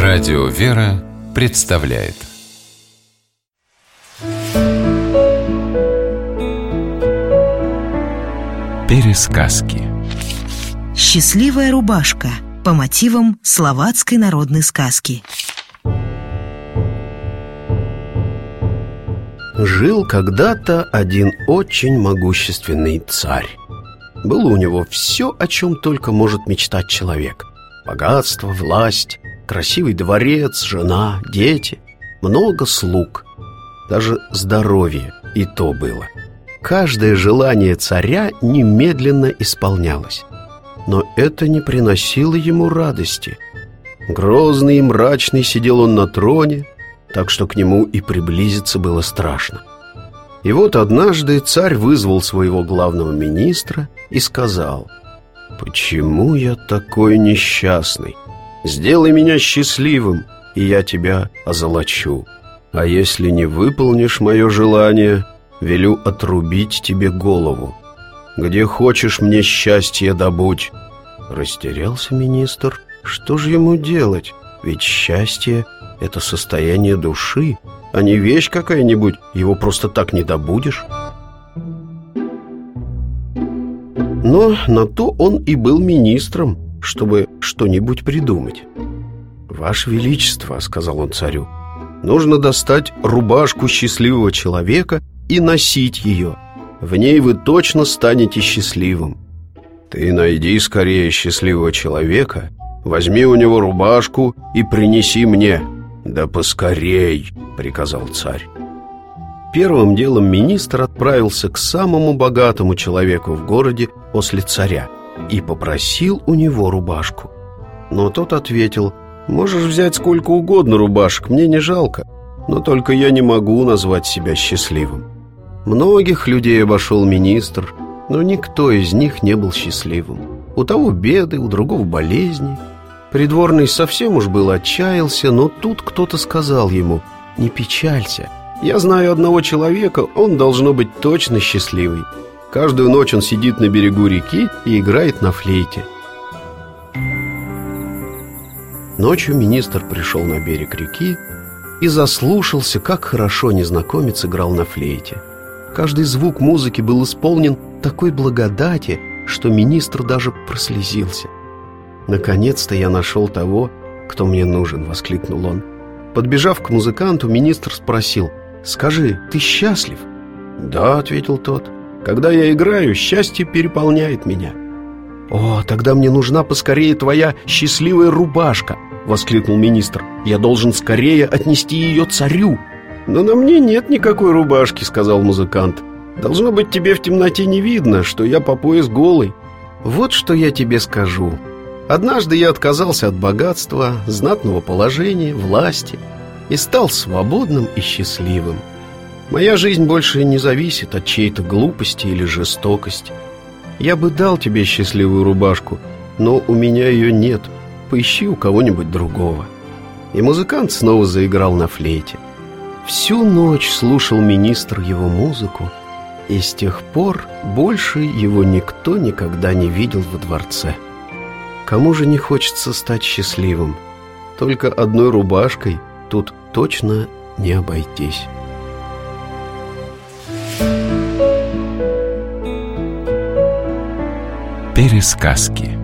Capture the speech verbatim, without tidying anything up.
Радио «Вера» представляет Пересказки. Счастливая рубашка по мотивам словацкой народной сказки. Жил когда-то один очень могущественный царь. Было у него все, о чем только может мечтать человек: богатство, власть, красивый дворец, жена, дети, много слуг. Даже здоровье и то было. Каждое желание царя немедленно исполнялось. Но это не приносило ему радости. Грозный и мрачный сидел он на троне, так что к нему и приблизиться было страшно. И вот однажды царь вызвал своего главного министра и сказал: «Почему я такой несчастный? Сделай меня счастливым, и я тебя озолочу. А если не выполнишь мое желание, велю отрубить тебе голову. Где хочешь мне счастье добудь». Растерялся министр. Что же ему делать? Ведь счастье — это состояние души, а не вещь какая-нибудь, его просто так не добудешь. Но на то он и был министром, чтобы что-нибудь придумать. «Ваше Величество, — сказал он царю, — нужно достать рубашку счастливого человека и носить ее. В ней вы точно станете счастливым. Ты найди скорее счастливого человека, возьми у него рубашку и принеси мне». «Да поскорей!» — приказал царь. Первым делом министр отправился к самому богатому человеку в городе после царя и попросил у него рубашку. Но тот ответил: «Можешь взять сколько угодно рубашек, мне не жалко, но только я не могу назвать себя счастливым». Многих людей обошел министр, но никто из них не был счастливым. У того беды, у другого болезни. Придворный совсем уж был отчаялся, но тут кто-то сказал ему: «Не печалься, я знаю одного человека, он должно быть точно счастливый. Каждую ночь он сидит на берегу реки и играет на флейте». Ночью министр пришел на берег реки и заслушался, как хорошо незнакомец играл на флейте. Каждый звук музыки был исполнен такой благодати, что министр даже прослезился. «Наконец-то я нашел того, кто мне нужен», — воскликнул он. Подбежав к музыканту, министр спросил: «Скажи, ты счастлив?» «Да», — ответил тот. «Когда я играю, счастье переполняет меня». «О, тогда мне нужна поскорее твоя счастливая рубашка», — воскликнул министр. «Я должен скорее отнести ее царю». «Но на мне нет никакой рубашки», — сказал музыкант. «Должно быть, тебе в темноте не видно, что я по пояс голый. Вот что я тебе скажу. Однажды я отказался от богатства, знатного положения, власти и стал свободным и счастливым. Моя жизнь больше не зависит от чьей-то глупости или жестокости. Я бы дал тебе счастливую рубашку, но у меня ее нет. Поищи у кого-нибудь другого». И музыкант снова заиграл на флейте. Всю ночь слушал министр его музыку, и с тех пор больше его никто никогда не видел во дворце. Кому же не хочется стать счастливым? Только одной рубашкой тут точно не обойтись. Пересказки.